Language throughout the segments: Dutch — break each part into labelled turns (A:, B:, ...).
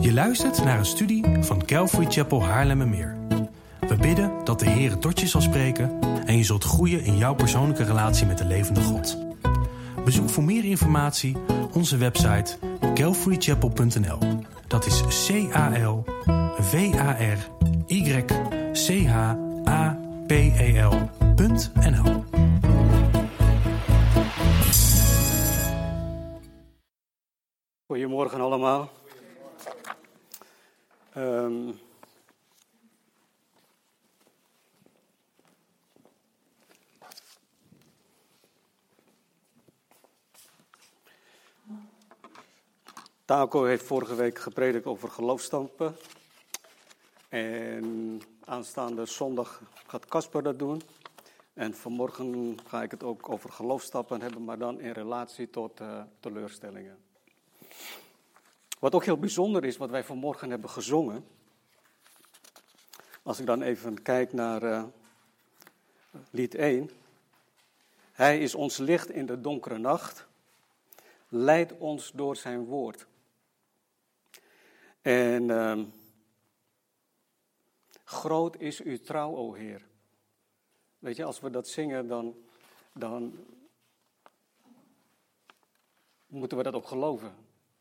A: Je luistert naar een studie van Calvary Chapel Haarlemmermeer. We bidden dat de Heer tot je zal spreken en je zult groeien in jouw persoonlijke relatie met de levende God. Bezoek voor meer informatie onze website calvarychapel.nl. Dat is CALVARYCHAPEL.nl.
B: Goedemorgen allemaal. Taco heeft vorige week gepredikt over geloofstampen. En aanstaande zondag gaat Casper dat doen. En vanmorgen ga ik het ook over geloofsstappen hebben, maar dan in relatie tot teleurstellingen. Wat ook heel bijzonder is, wat wij vanmorgen hebben gezongen. Als ik dan even kijk naar lied 1. Hij is ons licht in de donkere nacht. Leidt ons door zijn woord. En groot is uw trouw, o Heer. Weet je, als we dat zingen, dan moeten we dat ook geloven.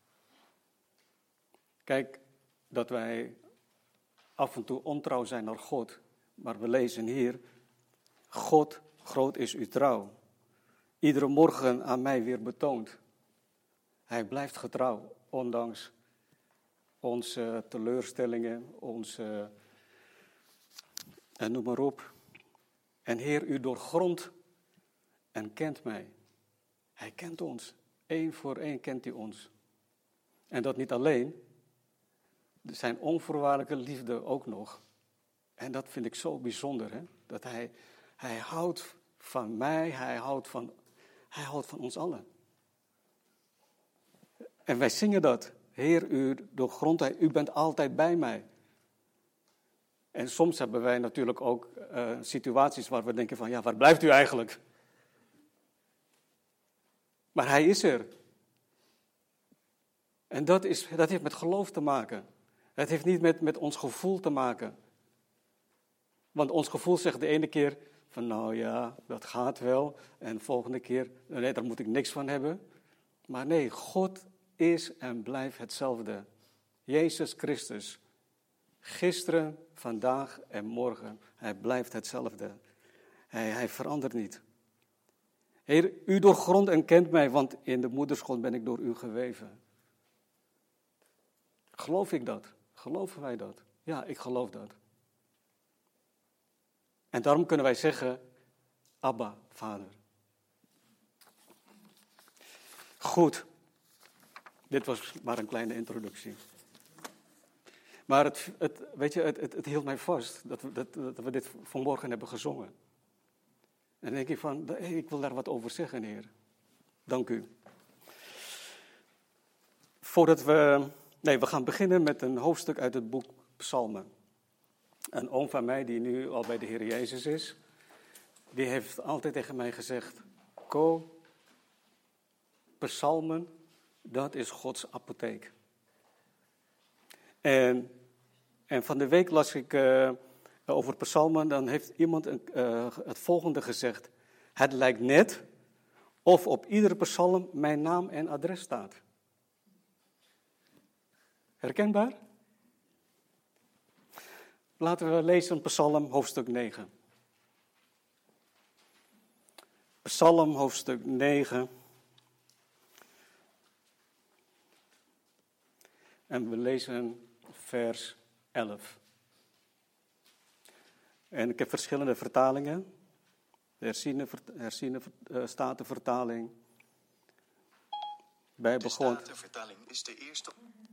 B: Kijk, dat wij af en toe ontrouw zijn naar God. Maar we lezen hier, God, groot is uw trouw. Iedere morgen aan mij weer betoond. Hij blijft getrouw, ondanks onze teleurstellingen, onze, en noem maar op. En Heer, u doorgrondt en kent mij. Hij kent ons. Eén voor één kent hij ons. En dat niet alleen. Zijn onvoorwaardelijke liefde ook nog. En dat vind ik zo bijzonder. Hè? Dat hij houdt van mij. Hij houdt van ons allen. En wij zingen dat. Heer, u doorgrondt, u bent altijd bij mij. En soms hebben wij natuurlijk ook situaties waar we denken van, ja, waar blijft u eigenlijk? Maar hij is er. En dat heeft met geloof te maken. Het heeft niet met ons gevoel te maken. Want ons gevoel zegt de ene keer van, nou ja, dat gaat wel. En de volgende keer, nee, daar moet ik niks van hebben. Maar nee, God is en blijft hetzelfde. Jezus Christus. Gisteren, vandaag en morgen. Hij blijft hetzelfde. Hij verandert niet. Heer, u doorgrondt en kent mij, want in de moederschoot ben ik door u geweven. Geloof ik dat? Geloven wij dat? Ja, ik geloof dat. En daarom kunnen wij zeggen, Abba, Vader. Goed. Dit was maar een kleine introductie. Maar het hield mij vast dat we dit vanmorgen hebben gezongen. En dan denk ik van, ik wil daar wat over zeggen, Heer. Dank u. We gaan beginnen met een hoofdstuk uit het boek Psalmen. Een oom van mij, die nu al bij de Heer Jezus is, die heeft altijd tegen mij gezegd, Ko, Psalmen, dat is Gods apotheek. En van de week las ik over Psalmen, dan heeft iemand het volgende gezegd. Het lijkt net of op iedere psalm mijn naam en adres staat. Herkenbaar? Laten we lezen Psalm hoofdstuk 9. Psalm hoofdstuk 9. En we lezen vers 11. En ik heb verschillende vertalingen. De herziene Statenvertaling. De Statenvertaling is de eerste.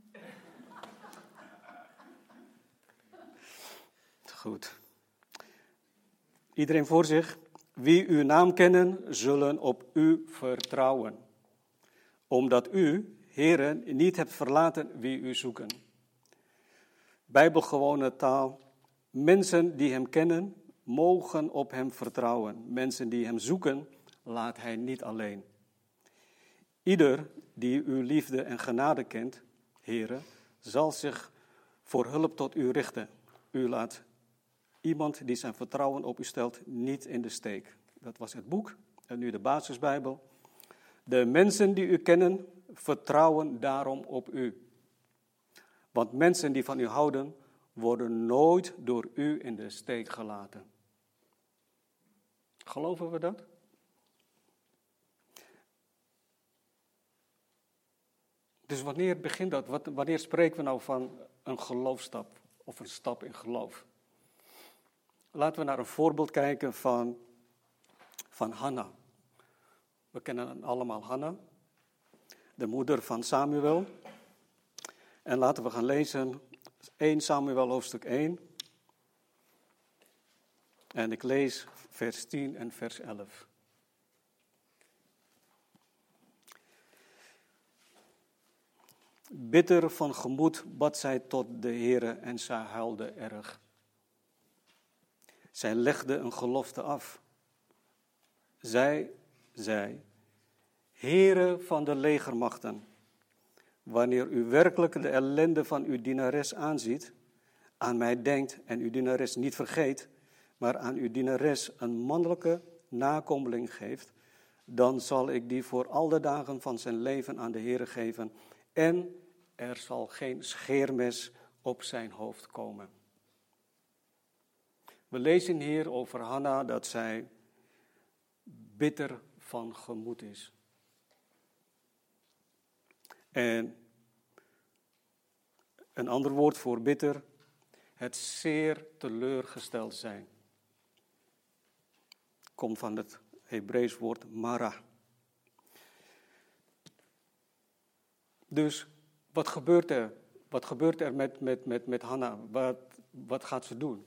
B: Goed. Iedereen voor zich. Wie uw naam kennen, zullen op u vertrouwen. Omdat u, Heere, niet hebt verlaten wie u zoeken. Bijbelgewone taal. Mensen die hem kennen, mogen op hem vertrouwen. Mensen die hem zoeken, laat hij niet alleen. Ieder die uw liefde en genade kent, Heere, zal zich voor hulp tot u richten. U laat iemand die zijn vertrouwen op u stelt niet in de steek. Dat was het boek en nu de basisbijbel. De mensen die u kennen vertrouwen daarom op u. Want mensen die van u houden worden nooit door u in de steek gelaten. Geloven we dat? Dus wanneer begint dat? Wanneer spreken we nou van een geloofstap of een stap in geloof? Laten we naar een voorbeeld kijken van Hanna. We kennen allemaal Hanna, de moeder van Samuel. En laten we gaan lezen 1 Samuel hoofdstuk 1. En ik lees vers 10 en vers 11. Bitter van gemoed bad zij tot de Heere en zij huilde erg. Zij legde een gelofte af. Zij zei, Heere van de legermachten, wanneer u werkelijk de ellende van uw dienares aanziet, aan mij denkt en uw dienares niet vergeet, maar aan uw dienares een mannelijke nakomeling geeft, dan zal ik die voor al de dagen van zijn leven aan de Heere geven en er zal geen scheermes op zijn hoofd komen. We lezen hier over Hanna dat zij bitter van gemoed is. En een ander woord voor bitter, het zeer teleurgesteld zijn. Komt van het Hebreeuws woord mara. Dus wat gebeurt er? Wat gebeurt er met Hanna? Wat gaat ze doen?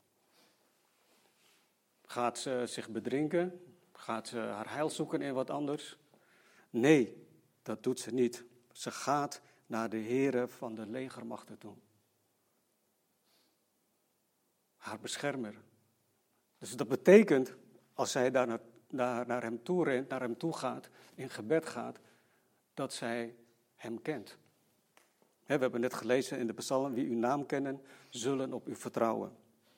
B: Gaat ze zich bedrinken? Gaat ze haar heil zoeken in wat anders? Nee, dat doet ze niet. Ze gaat naar de Heere van de legermachten toe. Haar beschermer. Dus dat betekent, als zij daar naar hem toe rent, naar hem toe gaat, in gebed gaat, dat zij hem kent. We hebben net gelezen in de psalm, wie uw naam kennen, zullen op u vertrouwen.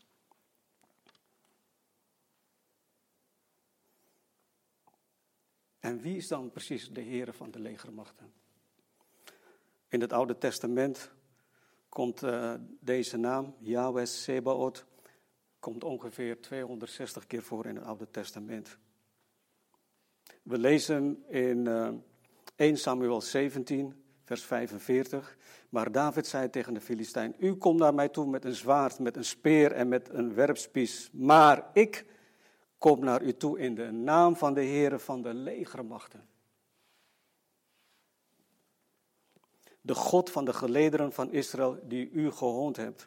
B: En wie is dan precies de Heere van de legermachten? In het Oude Testament komt deze naam, Yahweh Sebaot, komt ongeveer 260 keer voor in het Oude Testament. We lezen in 1 Samuel 17, vers 45. Maar David zei tegen de Filistijn, u komt naar mij toe met een zwaard, met een speer en met een werpspies. Maar ik kom naar u toe in de naam van de Heere van de legermachten. De God van de gelederen van Israël die u gehoond hebt.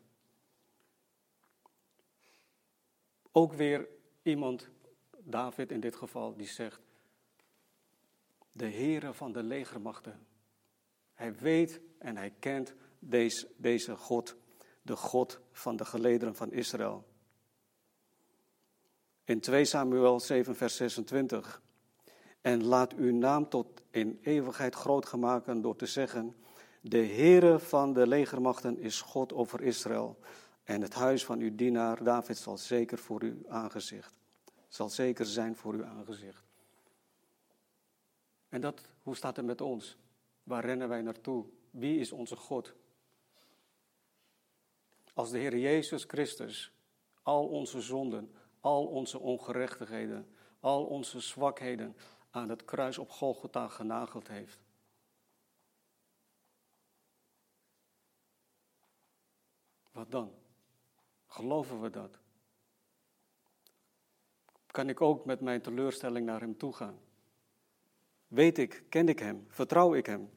B: Ook weer iemand, David in dit geval, die zegt, de Heere van de legermachten. Hij weet en hij kent deze God, de God van de gelederen van Israël. In 2 Samuel 7 vers 26. En laat uw naam tot in eeuwigheid groot gemaakt door te zeggen, de Heere van de legermachten is God over Israël. En het huis van uw dienaar David zal zeker voor uw aangezicht. Zal zeker zijn voor uw aangezicht. En hoe staat het met ons? Waar rennen wij naartoe? Wie is onze God? Als de Heer Jezus Christus al onze zonden, al onze ongerechtigheden, al onze zwakheden aan het kruis op Golgotha genageld heeft. Wat dan? Geloven we dat? Kan ik ook met mijn teleurstelling naar hem toe gaan? Weet ik, ken ik hem, vertrouw ik hem?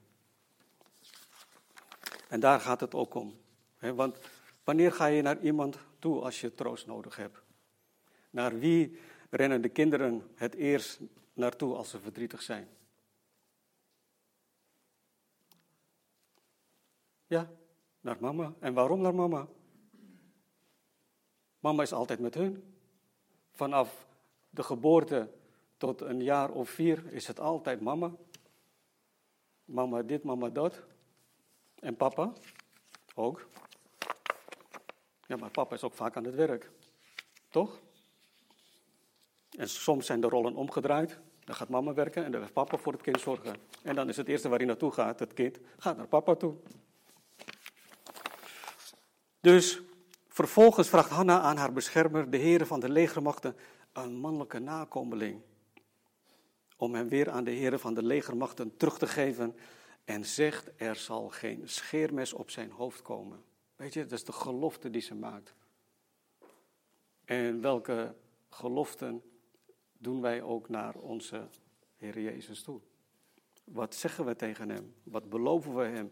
B: En daar gaat het ook om. Want wanneer ga je naar iemand toe als je troost nodig hebt? Naar wie rennen de kinderen het eerst naartoe als ze verdrietig zijn? Ja, naar mama. En waarom naar mama? Mama is altijd met hun. Vanaf de geboorte tot een jaar of 4 is het altijd mama. Mama dit, mama dat. En papa? Ook. Ja, maar papa is ook vaak aan het werk. Toch? En soms zijn de rollen omgedraaid. Dan gaat mama werken en dan gaat papa voor het kind zorgen. En dan is het eerste waar hij naartoe gaat, het kind, gaat naar papa toe. Dus vervolgens vraagt Hanna aan haar beschermer, de Heere van de legermachten, een mannelijke nakomeling. Om hem weer aan de Heere van de legermachten terug te geven. En zegt, er zal geen scheermes op zijn hoofd komen. Weet je, dat is de gelofte die ze maakt. En welke geloften doen wij ook naar onze Heer Jezus toe? Wat zeggen we tegen hem? Wat beloven we hem?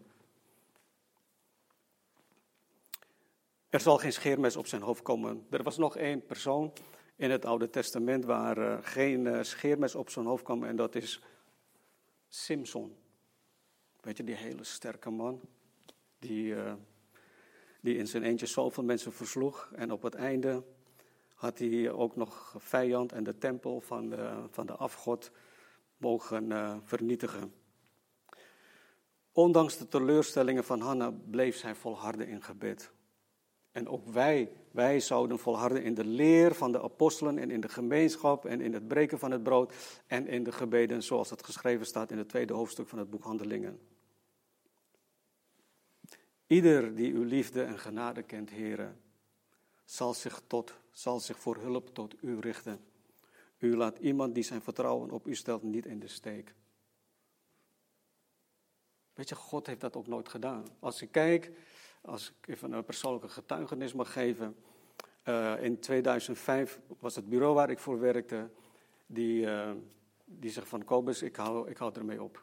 B: Er zal geen scheermes op zijn hoofd komen. Er was nog één persoon in het Oude Testament waar geen scheermes op zijn hoofd kwam en dat is Simson. Weet je, die hele sterke man die in zijn eentje zoveel mensen versloeg en op het einde had hij ook nog vijand en de tempel van de afgod mogen vernietigen. Ondanks de teleurstellingen van Hanna bleef zij volharden in gebed. En ook wij zouden volharden in de leer van de apostelen en in de gemeenschap en in het breken van het brood en in de gebeden zoals het geschreven staat in het 2e hoofdstuk van het boek Handelingen. Ieder die uw liefde en genade kent, Heere, zal zich voor hulp tot u richten. U laat iemand die zijn vertrouwen op u stelt niet in de steek. Weet je, God heeft dat ook nooit gedaan. Als ik even een persoonlijke getuigenis mag geven. In 2005 was het bureau waar ik voor werkte, die zegt van Kobus, ik hou ermee op.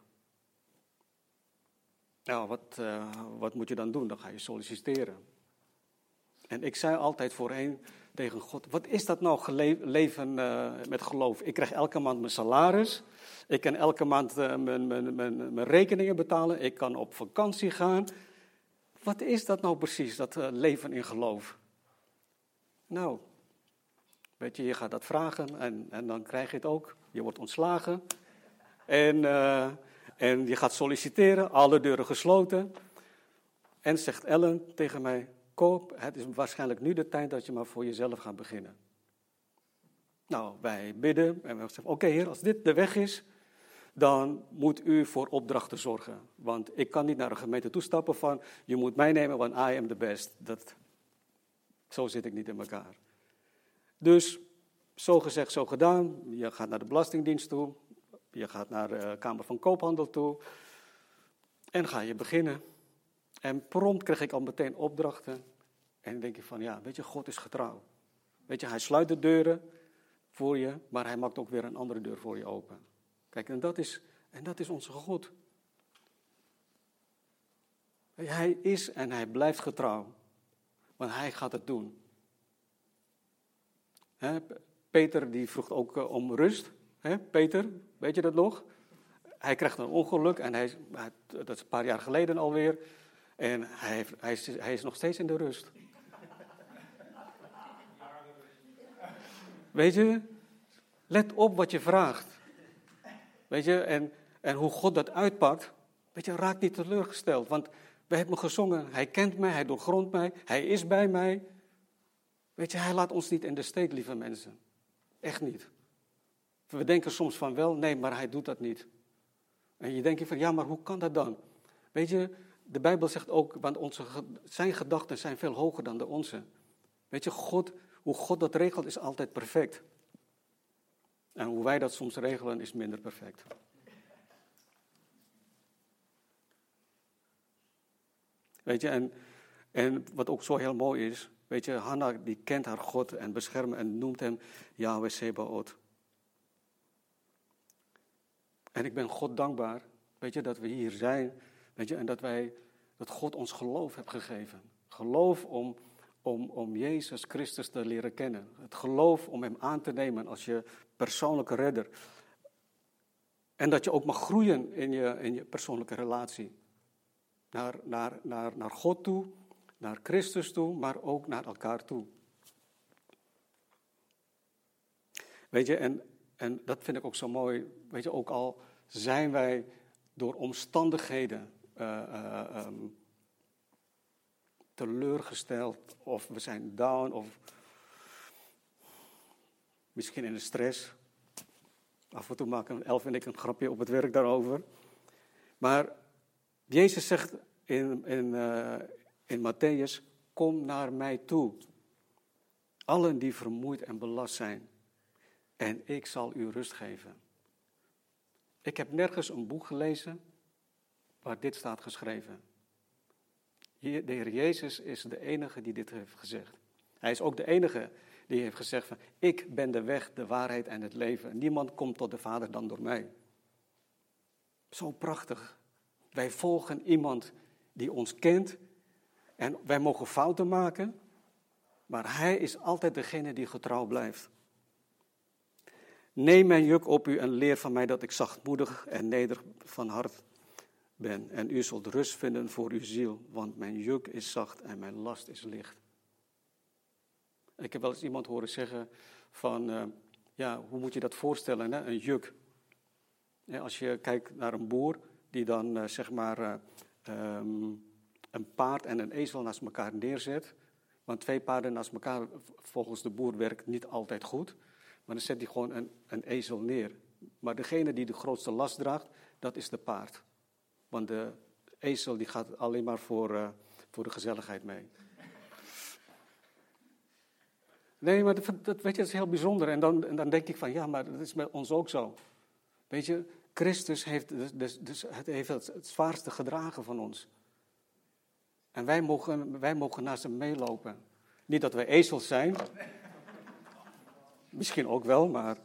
B: Nou, wat moet je dan doen? Dan ga je solliciteren. En ik zei altijd voorheen tegen God, wat is dat nou leven met geloof? Ik krijg elke maand mijn salaris. Ik kan elke maand mijn rekeningen betalen. Ik kan op vakantie gaan. Wat is dat nou precies, dat leven in geloof? Nou, weet je, je gaat dat vragen en dan krijg je het ook. Je wordt ontslagen. En je gaat solliciteren, alle deuren gesloten. En zegt Ellen tegen mij, Koop, het is waarschijnlijk nu de tijd dat je maar voor jezelf gaat beginnen. Nou, wij bidden en we zeggen, oké, Heer, als dit de weg is, dan moet u voor opdrachten zorgen. Want ik kan niet naar de gemeente toestappen van, je moet mij nemen, want I am the best. Zo zit ik niet in elkaar. Dus, zo gezegd, zo gedaan. Je gaat naar de Belastingdienst toe. Je gaat naar de Kamer van Koophandel toe. En ga je beginnen. En prompt kreeg ik al meteen opdrachten. En dan denk ik van, ja, weet je, God is getrouw. Weet je, hij sluit de deuren voor je, maar hij maakt ook weer een andere deur voor je open. Kijk, en dat is onze God. Hij is en hij blijft getrouw. Want hij gaat het doen. Peter die vroeg ook om rust. Peter, weet je dat nog? Hij krijgt een ongeluk en dat is een paar jaar geleden alweer. En hij is nog steeds in de rust. Weet je, let op wat je vraagt. Weet je, en hoe God dat uitpakt, weet je, raak niet teleurgesteld. Want we hebben gezongen, hij kent mij, hij doorgrondt mij, hij is bij mij. Weet je, hij laat ons niet in de steek, lieve mensen. Echt niet. We denken soms van wel, nee, maar hij doet dat niet. En je denkt van, ja, maar hoe kan dat dan? Weet je, de Bijbel zegt ook, want zijn gedachten zijn veel hoger dan de onze. Weet je, hoe God dat regelt is altijd perfect. En hoe wij dat soms regelen is minder perfect. Weet je, en wat ook zo heel mooi is, weet je, Hanna die kent haar God en beschermt en noemt hem Yahweh Sebaot. En ik ben God dankbaar, weet je, dat we hier zijn, weet je, en dat God ons geloof heeft gegeven. Geloof om Jezus Christus te leren kennen. Het geloof om hem aan te nemen als je persoonlijke redder. En dat je ook mag groeien in je persoonlijke relatie. Naar God toe, naar Christus toe, maar ook naar elkaar toe. Weet je, en dat vind ik ook zo mooi. Weet je, ook al zijn wij door omstandigheden teleurgesteld of we zijn down of misschien in de stress. Af en toe maken Elf en ik een grapje op het werk daarover. Maar Jezus zegt in Mattheüs, kom naar mij toe. Allen die vermoeid en belast zijn. En ik zal u rust geven. Ik heb nergens een boek gelezen waar dit staat geschreven. De Heer Jezus is de enige die dit heeft gezegd. Hij is ook de enige die heeft gezegd van, ik ben de weg, de waarheid en het leven. Niemand komt tot de Vader dan door mij. Zo prachtig. Wij volgen iemand die ons kent en wij mogen fouten maken, maar hij is altijd degene die getrouw blijft. Neem mijn juk op u en leer van mij dat ik zachtmoedig en nederig van hart ben. En u zult rust vinden voor uw ziel, want mijn juk is zacht en mijn last is licht. Ik heb wel eens iemand horen zeggen van, hoe moet je dat voorstellen, hè? Een juk. Ja, als je kijkt naar een boer die dan een paard en een ezel naast elkaar neerzet. Want 2 paarden naast elkaar volgens de boer werkt niet altijd goed. Maar dan zet hij gewoon een ezel neer. Maar degene die de grootste last draagt, dat is de paard. Want de ezel die gaat alleen maar voor de gezelligheid mee. Nee, maar dat weet je, dat is heel bijzonder. En dan denk ik van, ja, maar dat is met ons ook zo. Weet je, Christus heeft het zwaarste gedragen van ons. En wij mogen naast hem meelopen. Niet dat wij ezels zijn. Misschien ook wel, maar...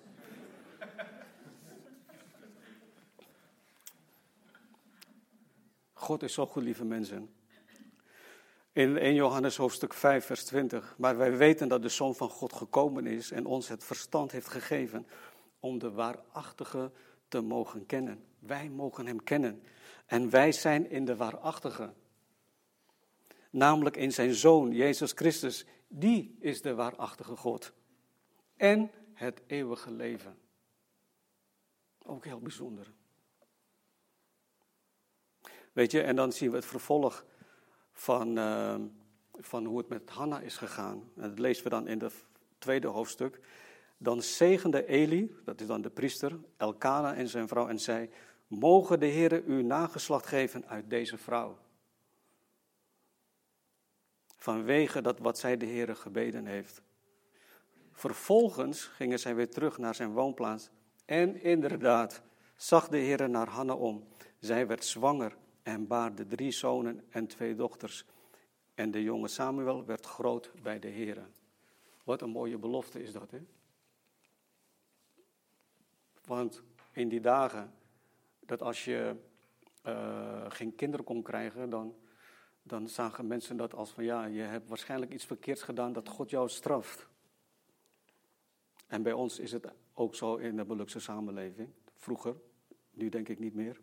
B: God is zo goed, lieve mensen. In 1 Johannes hoofdstuk 5, vers 20. Maar wij weten dat de Zoon van God gekomen is en ons het verstand heeft gegeven om de waarachtige te mogen kennen. Wij mogen hem kennen. En wij zijn in de waarachtige. Namelijk in zijn Zoon, Jezus Christus. Die is de waarachtige God. En het eeuwige leven. Ook heel bijzonder. Weet je, en dan zien we het vervolg van hoe het met Hanna is gegaan. En dat lezen we dan in het 2e hoofdstuk. Dan zegende Eli, dat is dan de priester, Elkana en zijn vrouw en zei, mogen de Heere u nageslacht geven uit deze vrouw. Vanwege dat wat zij de Heere gebeden heeft. Vervolgens gingen zij weer terug naar zijn woonplaats. En inderdaad, zag de Heere naar Hanna om. Zij werd zwanger en baarde 3 zonen en 2 dochters. En de jonge Samuel werd groot bij de Heere. Wat een mooie belofte is dat, hè? Want in die dagen, dat als je geen kinderen kon krijgen, dan zagen mensen dat als van, ja, je hebt waarschijnlijk iets verkeerds gedaan dat God jou straft. En bij ons is het ook zo in de Belukse samenleving. Vroeger, nu denk ik niet meer.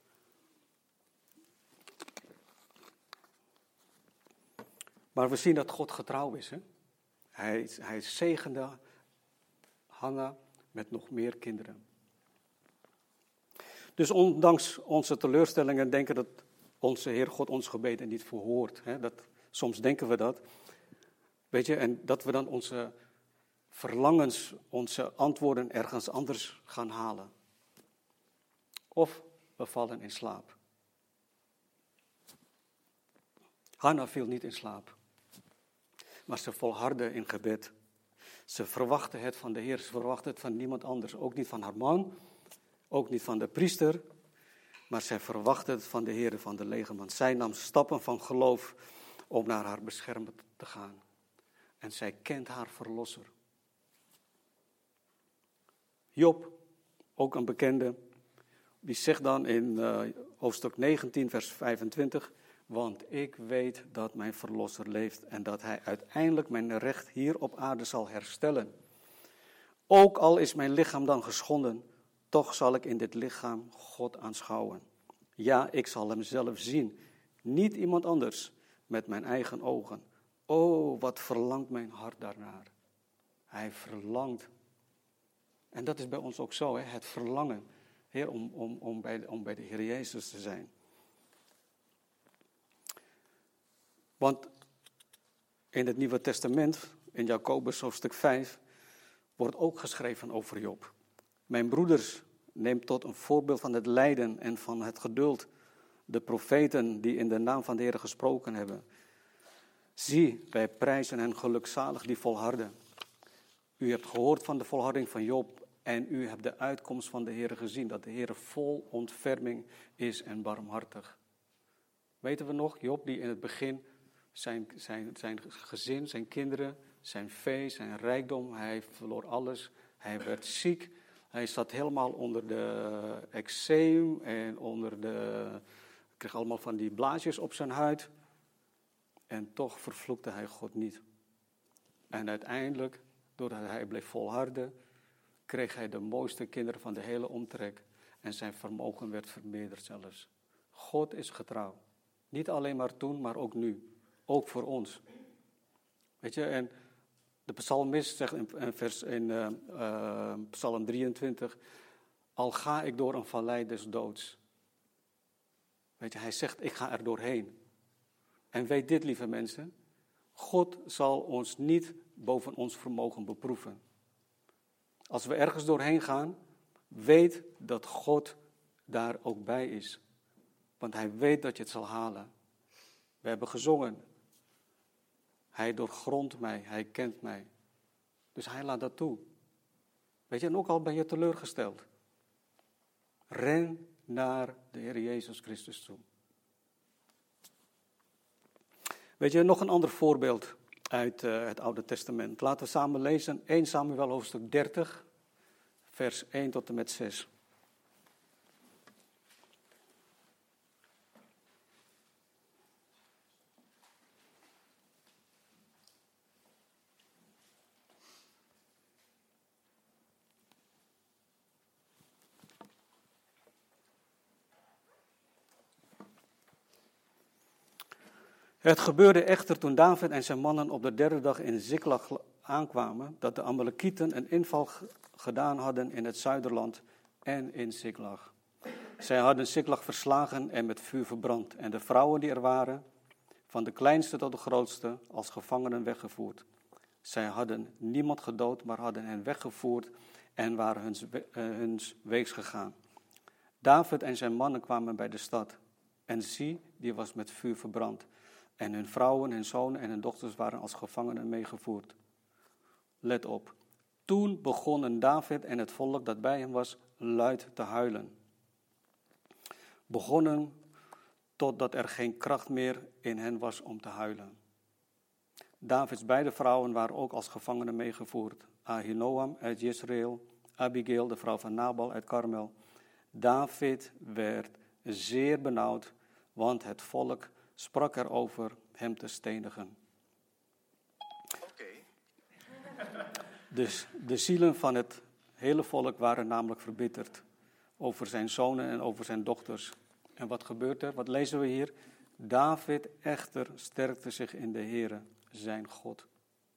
B: Maar we zien dat God getrouw is. Hè? Hij zegende Hanna met nog meer kinderen. Dus ondanks onze teleurstellingen denken dat onze Heer God ons gebeden niet verhoort. Hè? Soms denken we dat. Weet je, en dat we dan onze verlangens, onze antwoorden ergens anders gaan halen. Of we vallen in slaap. Hanna viel niet in slaap. Maar ze volhardde in gebed. Ze verwachtte het van de Heer. Ze verwachtte het van niemand anders. Ook niet van haar man. Ook niet van de priester. Maar zij verwachtte het van de Heer van de legermacht. Zij nam stappen van geloof om naar haar beschermer te gaan. En zij kent haar verlosser. Job, ook een bekende, die zegt dan in hoofdstuk 19, vers 25... Want ik weet dat mijn verlosser leeft en dat hij uiteindelijk mijn recht hier op aarde zal herstellen. Ook al is mijn lichaam dan geschonden, toch zal ik in dit lichaam God aanschouwen. Ja, ik zal hem zelf zien, niet iemand anders, met mijn eigen ogen. Oh, wat verlangt mijn hart daarnaar. Hij verlangt. En dat is bij ons ook zo, hè? Het verlangen, Heer, om bij de Heer Jezus te zijn. Want In het Nieuwe Testament, in Jacobus hoofdstuk 5, wordt ook geschreven over Job. Mijn broeders, neem tot een voorbeeld van het lijden en van het geduld de profeten die in de naam van de Heer gesproken hebben. Zie, wij prijzen hen gelukzalig die volharden. U hebt gehoord van de volharding van Job en u hebt de uitkomst van de Heer gezien, dat de Heer vol ontferming is en barmhartig. Weten we nog, Job die in het begin zijn gezin, zijn kinderen, zijn vee, zijn rijkdom, hij verloor alles, hij werd ziek, hij zat helemaal onder de eczeem en kreeg allemaal van die blaasjes op zijn huid. En toch vervloekte hij God niet. En uiteindelijk, doordat hij bleef volharden, kreeg hij de mooiste kinderen van de hele omtrek. En zijn vermogen werd vermeerderd zelfs. God is getrouw. Niet alleen maar toen, maar ook nu. Ook voor ons. Weet je, en de psalmist zegt in Psalm 23, al ga ik door een vallei des doods. Weet je, hij zegt, ik ga er doorheen. En weet dit, lieve mensen, God zal ons niet boven ons vermogen beproeven. Als we ergens doorheen gaan, weet dat God daar ook bij is. Want hij weet dat je het zal halen. We hebben gezongen. Hij doorgrondt mij, hij kent mij. Dus hij laat dat toe. Weet je, en ook al ben je teleurgesteld. Ren naar de Heer Jezus Christus toe. Weet je, nog een ander voorbeeld uit het Oude Testament. Laten we samen lezen 1 Samuel hoofdstuk 30, vers 1 tot en met 6. Het gebeurde echter toen David en zijn mannen op de derde dag in Ziklag aankwamen, dat de Amalekieten een inval gedaan hadden in het zuiderland en in Ziklag. Zij hadden Ziklag verslagen en met vuur verbrand, en de vrouwen die er waren, van de kleinste tot de grootste, als gevangenen weggevoerd. Zij hadden niemand gedood, maar hadden hen weggevoerd en waren huns weegs gegaan. David en zijn mannen kwamen bij de stad, en zie, die was met vuur verbrand. En hun vrouwen, hun zonen en hun dochters waren als gevangenen meegevoerd. Let op. Toen begonnen David en het volk dat bij hem was luid te huilen. Begonnen totdat er geen kracht meer in hen was om te huilen. Davids beide vrouwen waren ook als gevangenen meegevoerd. Ahinoam uit Jezreel, Abigail, de vrouw van Nabal uit Karmel. David werd zeer benauwd, want het volk sprak erover hem te stenigen. Dus de zielen van het hele volk waren namelijk verbitterd over zijn zonen en over zijn dochters. En wat gebeurt er? Wat lezen we hier? David echter sterkte zich in de Heere, zijn God.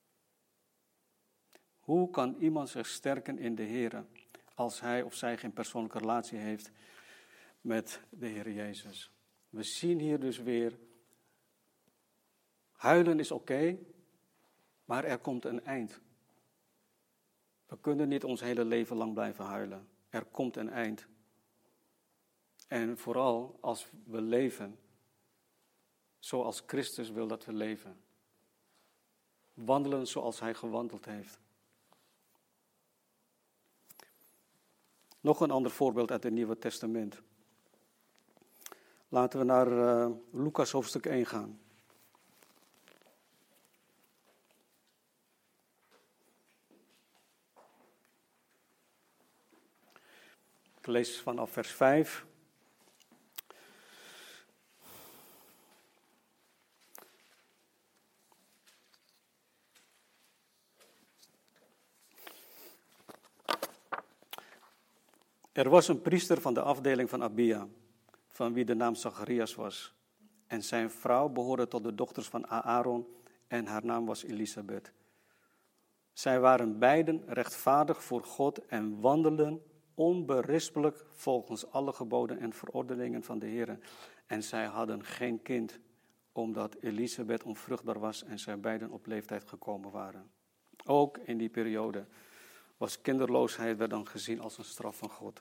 B: Hoe kan iemand zich sterken in de Heere als hij of zij geen persoonlijke relatie heeft met de Heer Jezus? We zien hier dus weer, huilen is oké, maar er komt een eind. We kunnen niet ons hele leven lang blijven huilen. Er komt een eind. En vooral als we leven zoals Christus wil dat we leven. Wandelen zoals hij gewandeld heeft. Nog een ander voorbeeld uit het Nieuwe Testament. Laten we naar Lucas hoofdstuk 1 gaan. Ik lees vanaf vers 5. Er was een priester van de afdeling van Abia, van wie de naam Zacharias was. En zijn vrouw behoorde tot de dochters van Aaron en haar naam was Elisabeth. Zij waren beiden rechtvaardig voor God en wandelden onberispelijk volgens alle geboden en verordeningen van de Heer. En zij hadden geen kind, omdat Elisabeth onvruchtbaar was en zij beiden op leeftijd gekomen waren. Ook in die periode was kinderloosheid werd dan gezien als een straf van God.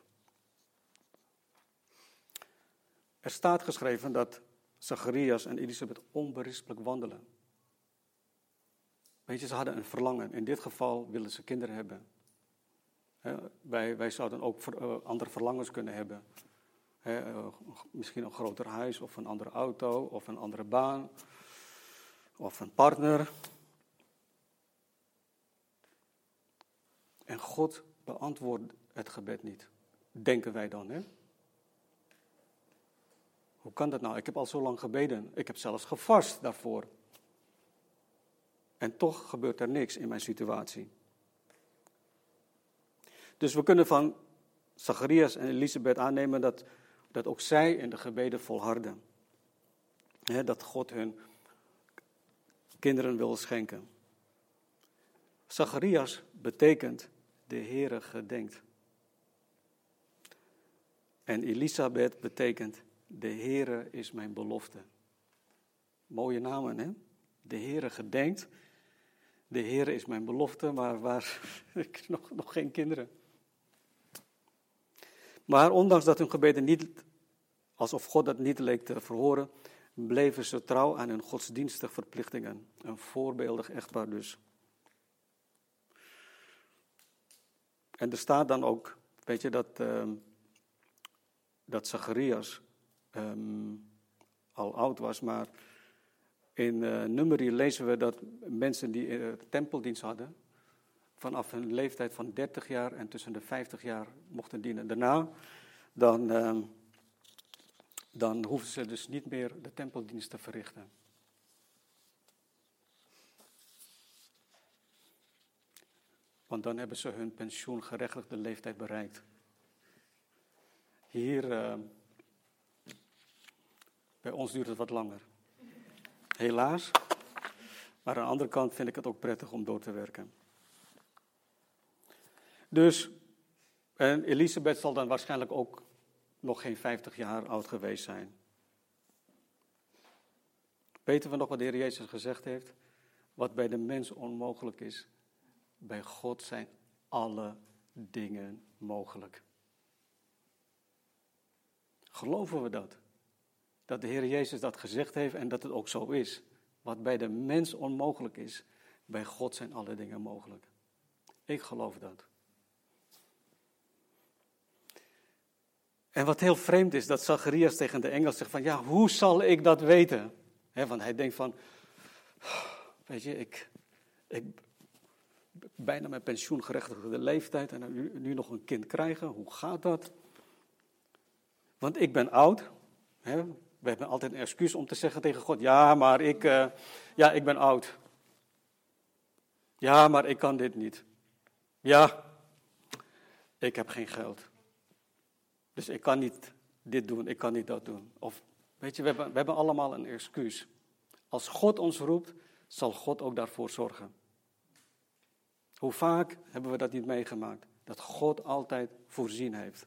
B: Er staat geschreven dat Zacharias en Elisabeth onberispelijk wandelen. Weet je, ze hadden een verlangen. In dit geval willen ze kinderen hebben. Wij zouden ook andere verlangens kunnen hebben. Misschien een groter huis of een andere auto of een andere baan of een partner. En God beantwoordt het gebed niet. Denken wij dan, hè? Hoe kan dat nou? Ik heb al zo lang gebeden. Ik heb zelfs gevast daarvoor. En toch gebeurt er niks in mijn situatie. Dus we kunnen van Zacharias en Elisabeth aannemen dat ook zij in de gebeden volharden. Dat God hun kinderen wil schenken. Zacharias betekent de Heere gedenkt. En Elisabeth betekent de Heere is mijn belofte. Mooie namen, hè? De Heere gedenkt. De Heere is mijn belofte, maar waar ik nog geen kinderen. Maar ondanks dat hun gebeden niet, alsof God dat niet leek te verhoren, bleven ze trouw aan hun godsdienstige verplichtingen. Een voorbeeldig echtpaar dus. En er staat dan ook, weet je, dat Zacharias al oud was, maar in Numeri lezen we dat mensen die tempeldienst hadden, vanaf hun leeftijd van 30 jaar en tussen de 50 jaar mochten dienen. Daarna, dan hoefden ze dus niet meer de tempeldienst te verrichten. Want dan hebben ze hun pensioengerechtigde leeftijd bereikt. Hier, bij ons duurt het wat langer. Helaas. Maar aan de andere kant vind ik het ook prettig om door te werken. Dus, en Elisabeth zal dan waarschijnlijk ook nog geen 50 jaar oud geweest zijn. Weten we nog wat de Heer Jezus gezegd heeft? Wat bij de mens onmogelijk is, bij God zijn alle dingen mogelijk. Geloven we dat? Dat de Heer Jezus dat gezegd heeft en dat het ook zo is. Wat bij de mens onmogelijk is, bij God zijn alle dingen mogelijk. Ik geloof dat. En wat heel vreemd is, dat Zacharias tegen de engel zegt van, ja, hoe zal ik dat weten? Want hij denkt van, weet je, ik bijna mijn pensioengerechtigde leeftijd en nu nog een kind krijgen, hoe gaat dat? Want ik ben oud. We hebben altijd een excuus om te zeggen tegen God, ja, maar ik ben oud. Ja, maar ik kan dit niet. Ja, ik heb geen geld. Dus ik kan niet dit doen, ik kan niet dat doen. Of, weet je, we hebben allemaal een excuus. Als God ons roept, zal God ook daarvoor zorgen. Hoe vaak hebben we dat niet meegemaakt? Dat God altijd voorzien heeft.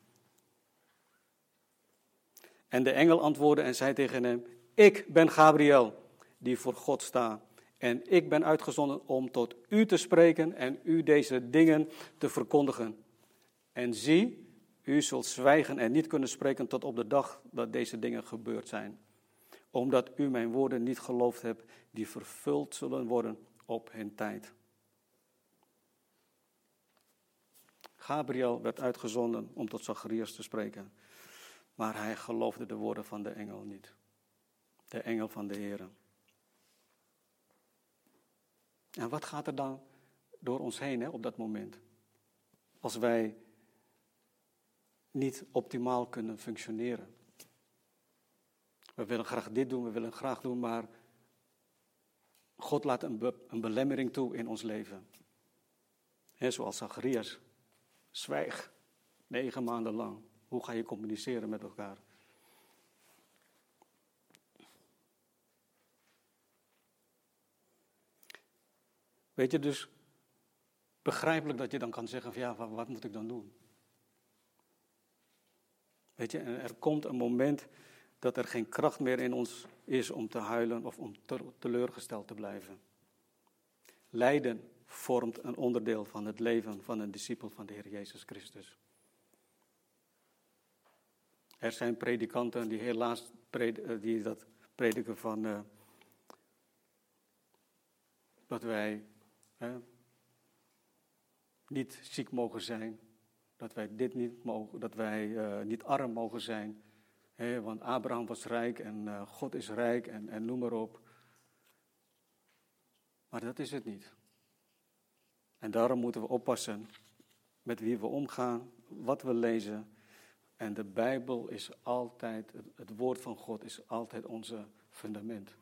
B: En de engel antwoordde en zei tegen hem, ik ben Gabriel, die voor God sta. En ik ben uitgezonden om tot u te spreken en u deze dingen te verkondigen. En zie, u zult zwijgen en niet kunnen spreken tot op de dag dat deze dingen gebeurd zijn. Omdat u mijn woorden niet geloofd hebt, die vervuld zullen worden op hun tijd. Gabriel werd uitgezonden om tot Zacharias te spreken. Maar hij geloofde de woorden van de engel niet. De engel van de Heere. En wat gaat er dan door ons heen op dat moment? Als wij niet optimaal kunnen functioneren. We willen graag dit doen, we willen graag doen, maar God laat een belemmering toe in ons leven. Zoals Zacharias. Zwijg. 9 maanden lang. Hoe ga je communiceren met elkaar? Weet je, dus begrijpelijk dat je dan kan zeggen van ja, wat moet ik dan doen? Weet je, en er komt een moment dat er geen kracht meer in ons is om te huilen of om teleurgesteld te blijven. Lijden vormt een onderdeel van het leven van een discipel van de Heer Jezus Christus. Er zijn predikanten die helaas die dat prediken van dat wij niet ziek mogen zijn, dat wij dit niet mogen, dat wij niet arm mogen zijn, want Abraham was rijk en God is rijk en noem maar op. Maar dat is het niet. En daarom moeten we oppassen met wie we omgaan, wat we lezen. En de Bijbel is altijd, het woord van God is altijd onze fundament.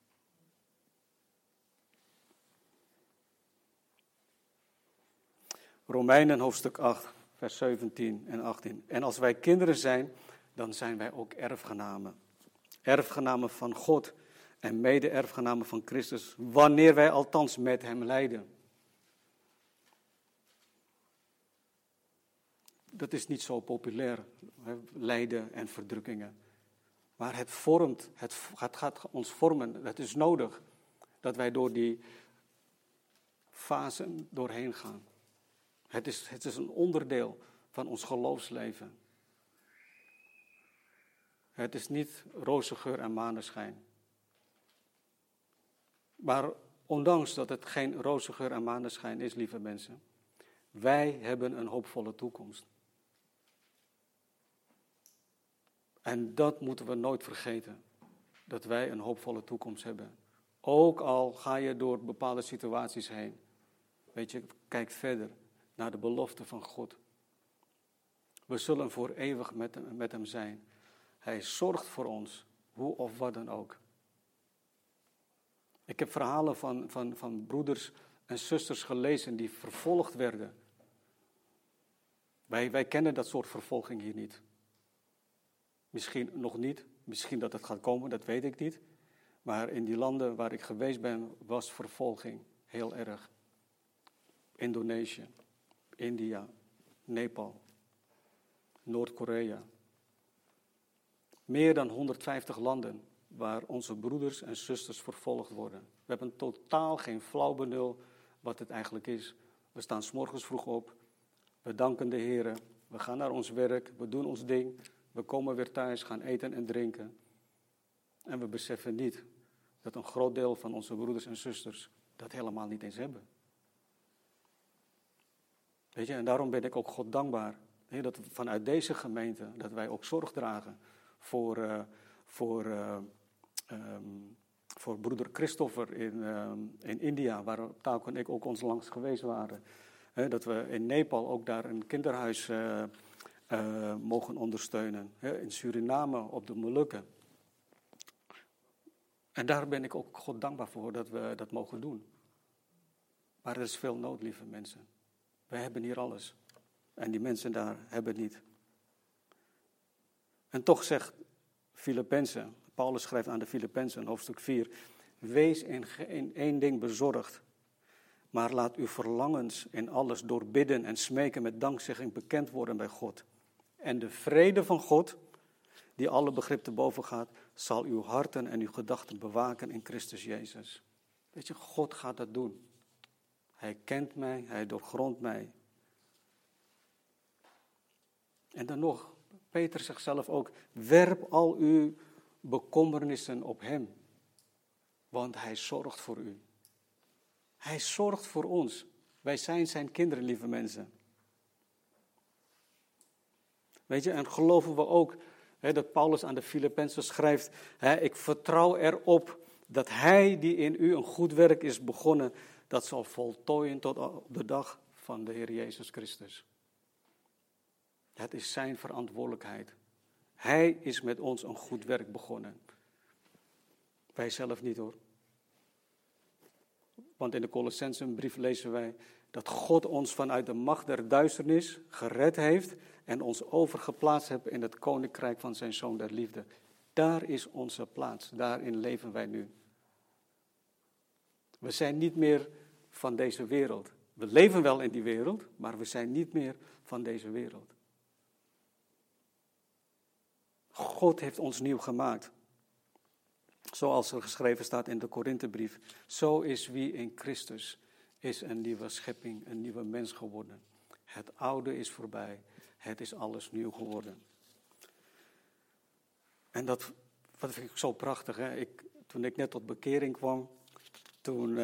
B: Romeinen hoofdstuk 8, vers 17 en 18. En als wij kinderen zijn, dan zijn wij ook erfgenamen. Erfgenamen van God en mede-erfgenamen van Christus, wanneer wij althans met hem lijden. Dat is niet zo populair, lijden en verdrukkingen. Maar het gaat ons vormen. Het is nodig dat wij door die fasen doorheen gaan. Het is een onderdeel van ons geloofsleven. Het is niet roze geur en maneschijn. Maar ondanks dat het geen roze geur en maneschijn is, lieve mensen, wij hebben een hoopvolle toekomst. En dat moeten we nooit vergeten, dat wij een hoopvolle toekomst hebben. Ook al ga je door bepaalde situaties heen. Weet je, kijk verder naar de belofte van God. We zullen voor eeuwig met hem zijn. Hij zorgt voor ons, hoe of wat dan ook. Ik heb verhalen van broeders en zusters gelezen die vervolgd werden. Wij kennen dat soort vervolging hier niet. Misschien nog niet, misschien dat het gaat komen, dat weet ik niet. Maar in die landen waar ik geweest ben, was vervolging heel erg. Indonesië, India, Nepal, Noord-Korea. Meer dan 150 landen waar onze broeders en zusters vervolgd worden. We hebben totaal geen flauw benul wat het eigenlijk is. We staan 's morgens vroeg op, we danken de Heer, we gaan naar ons werk, we doen ons ding, we komen weer thuis, gaan eten en drinken. En we beseffen niet dat een groot deel van onze broeders en zusters dat helemaal niet eens hebben. Weet je, en daarom ben ik ook God dankbaar, dat vanuit deze gemeente, dat wij ook zorg dragen voor broeder Christopher in India, waar Taco en ik ook ons langs geweest waren. Dat we in Nepal ook daar een kinderhuis mogen ondersteunen. In Suriname, op de Molukken. En daar ben ik ook God dankbaar voor dat we dat mogen doen. Maar er is veel nood, lieve mensen. Wij hebben hier alles. En die mensen daar hebben het niet. En toch zegt Filippenzen, Paulus schrijft aan de Filippenzen, hoofdstuk 4. Wees in één ding bezorgd. Maar laat uw verlangens in alles door bidden en smeken met dankzegging bekend worden bij God. En de vrede van God, die alle begrip te boven gaat, zal uw harten en uw gedachten bewaken in Christus Jezus. Weet je, God gaat dat doen. Hij kent mij, hij doorgrondt mij. En dan nog, Peter zegt zelf ook, werp al uw bekommernissen op hem, want hij zorgt voor u. Hij zorgt voor ons. Wij zijn zijn kinderen, lieve mensen. Weet je, en geloven we ook dat Paulus aan de Filippenzen schrijft, ik vertrouw erop dat hij die in u een goed werk is begonnen, dat zal voltooien tot op de dag van de Heer Jezus Christus. Het is zijn verantwoordelijkheid. Hij is met ons een goed werk begonnen. Wij zelf niet hoor. Want in de Colossensenbrief lezen wij dat God ons vanuit de macht der duisternis gered heeft en ons overgeplaatst heeft in het koninkrijk van zijn Zoon der liefde. Daar is onze plaats, daarin leven wij nu. We zijn niet meer van deze wereld. We leven wel in die wereld, maar we zijn niet meer van deze wereld. God heeft ons nieuw gemaakt. Zoals er geschreven staat in de Korinthebrief. Zo is wie in Christus is een nieuwe schepping, een nieuwe mens geworden. Het oude is voorbij. Het is alles nieuw geworden. En dat vind ik zo prachtig. Hè? Toen ik net tot bekering kwam, toen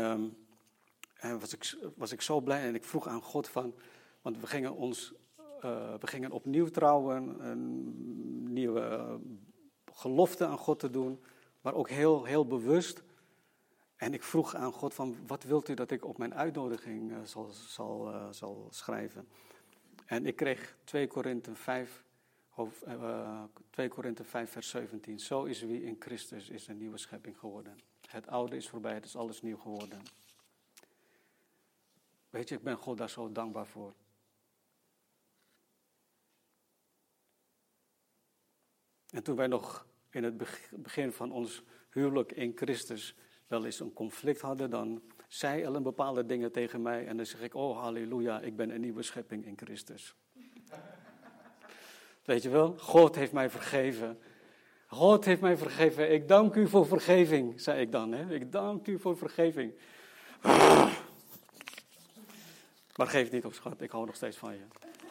B: was ik zo blij. En ik vroeg aan God van, want we gingen opnieuw trouwen, een nieuwe gelofte aan God te doen, maar ook heel, heel bewust. En ik vroeg aan God van, wat wilt u dat ik op mijn uitnodiging zal schrijven? En ik kreeg 2 Korinthe 5 vers 17. Zo is wie in Christus is een nieuwe schepping geworden. Het oude is voorbij, het is alles nieuw geworden. Weet je, ik ben God daar zo dankbaar voor. En toen wij nog in het begin van ons huwelijk in Christus wel eens een conflict hadden, dan zei Ellen bepaalde dingen tegen mij en dan zeg ik, oh halleluja, ik ben een nieuwe schepping in Christus. Weet je wel, God heeft mij vergeven. God heeft mij vergeven. Ik dank u voor vergeving, zei ik dan. Hè? Ik dank u voor vergeving. Maar geef niet op, schat, ik hou nog steeds van je.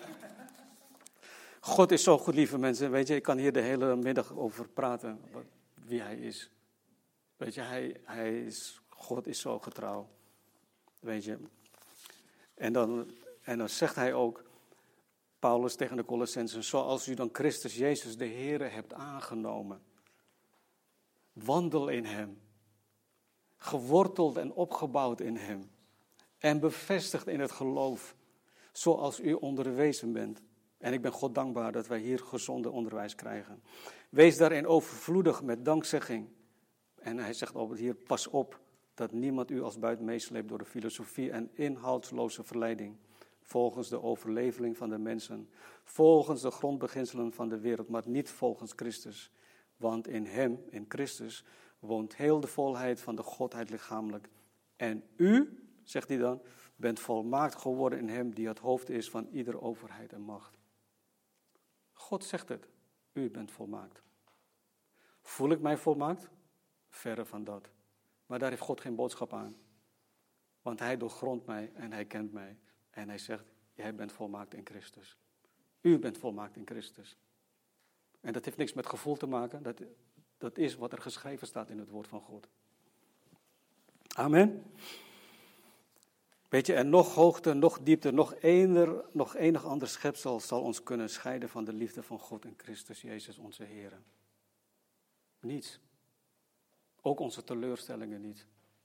B: God is zo goed, lieve mensen. Weet je, ik kan hier de hele middag over praten, wie hij is. Weet je, God is zo getrouw. Weet je. En dan zegt hij ook, Paulus tegen de Colossensen, zoals u dan Christus Jezus de Heere hebt aangenomen. Wandel in hem. Geworteld en opgebouwd in hem. En bevestigd in het geloof, zoals u onderwezen bent. En ik ben God dankbaar dat wij hier gezonde onderwijs krijgen. Wees daarin overvloedig met dankzegging. En hij zegt ook hier, pas op dat niemand u als buit meesleept door de filosofie en inhoudsloze verleiding. Volgens de overlevering van de mensen. Volgens de grondbeginselen van de wereld, maar niet volgens Christus. Want in hem, in Christus, woont heel de volheid van de Godheid lichamelijk. En u, zegt hij dan, bent volmaakt geworden in hem die het hoofd is van iedere overheid en macht. God zegt het, u bent volmaakt. Voel ik mij volmaakt? Verre van dat. Maar daar heeft God geen boodschap aan. Want hij doorgrondt mij en hij kent mij. En hij zegt, jij bent volmaakt in Christus. U bent volmaakt in Christus. En dat heeft niks met gevoel te maken. Dat is wat er geschreven staat in het woord van God. Amen. Weet je, en nog hoogte, nog diepte, nog enig ander schepsel zal ons kunnen scheiden van de liefde van God in Christus Jezus onze Heer. Niets. Ook onze teleurstellingen niet.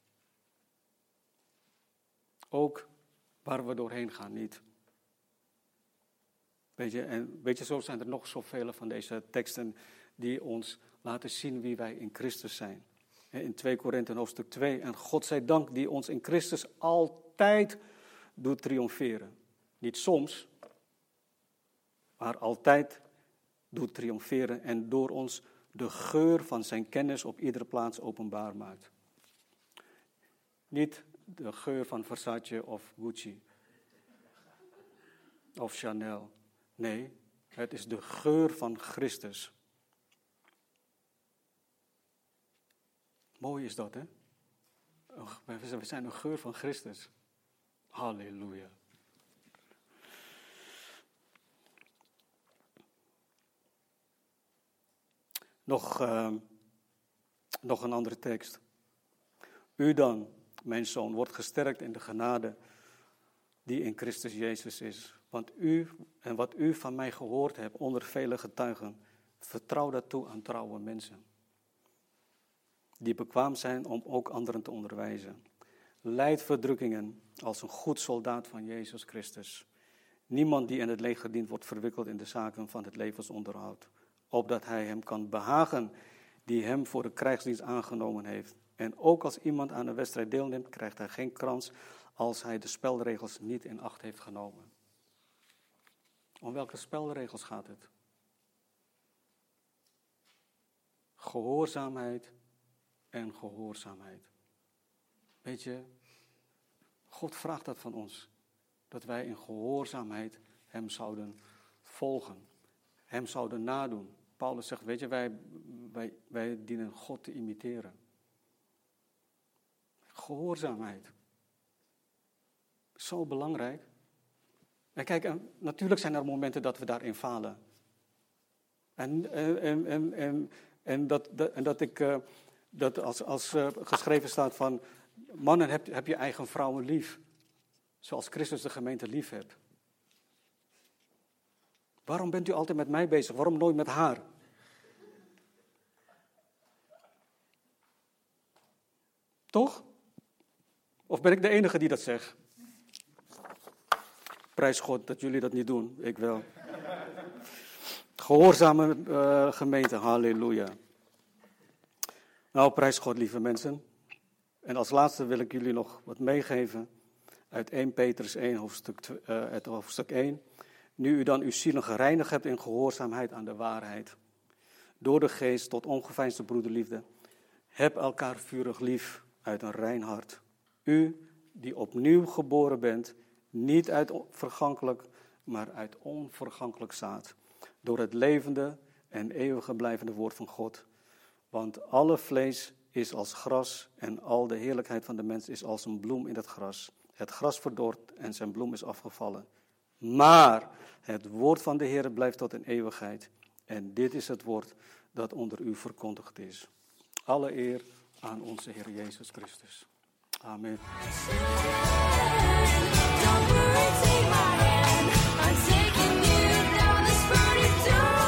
B: Ook waar we doorheen gaan niet. Weet je, zo zijn er nog zoveel van deze teksten die ons laten zien wie wij in Christus zijn. In 2 Korinthe hoofdstuk 2. En God zij dank die ons in Christus altijd doet triomferen. Niet soms, maar altijd doet triomferen en door ons de geur van zijn kennis op iedere plaats openbaar maakt. Niet de geur van Versace of Gucci of Chanel. Nee, het is de geur van Christus. Mooi is dat, hè? We zijn een geur van Christus. Halleluja. Nog een andere tekst. U dan, mijn zoon, wordt gesterkt in de genade die in Christus Jezus is. Want u en wat u van mij gehoord hebt onder vele getuigen, vertrouw dat toe aan trouwe mensen. Die bekwaam zijn om ook anderen te onderwijzen. Lijd verdrukkingen als een goed soldaat van Jezus Christus. Niemand die in het leger dient wordt verwikkeld in de zaken van het levensonderhoud. Opdat hij hem kan behagen die hem voor de krijgsdienst aangenomen heeft. En ook als iemand aan een wedstrijd deelneemt, krijgt hij geen krans als hij de spelregels niet in acht heeft genomen. Om welke spelregels gaat het? Gehoorzaamheid en gehoorzaamheid. Weet je, God vraagt dat van ons. Dat wij in gehoorzaamheid hem zouden volgen. Hem zouden nadoen. Paulus zegt, weet je, wij dienen God te imiteren. Gehoorzaamheid. Zo belangrijk. En kijk, natuurlijk zijn er momenten dat we daarin falen. En dat als geschreven staat van, mannen, heb je eigen vrouwen lief. Zoals Christus de gemeente lief hebt. Waarom bent u altijd met mij bezig? Waarom nooit met haar? Toch? Of ben ik de enige die dat zegt? Prijs God dat jullie dat niet doen. Ik wel. Gehoorzame gemeente, halleluja. Nou, prijs God, lieve mensen. En als laatste wil ik jullie nog wat meegeven uit 1 Petrus 1, hoofdstuk 1. Nu u dan uw zielen gereinigd hebt in gehoorzaamheid aan de waarheid, door de geest tot ongeveinsde broederliefde, heb elkaar vurig lief uit een rein hart. U die opnieuw geboren bent, niet uit vergankelijk, maar uit onvergankelijk zaad, door het levende en eeuwige blijvende woord van God. Want alle vlees is als gras en al de heerlijkheid van de mens is als een bloem in het gras. Het gras verdort en zijn bloem is afgevallen. Maar het woord van de Heer blijft tot in eeuwigheid. En dit is het woord dat onder u verkondigd is. Alle eer aan onze Heer Jezus Christus. Amen.
C: Don't worry, take my hand. I'm taking you down this burning door.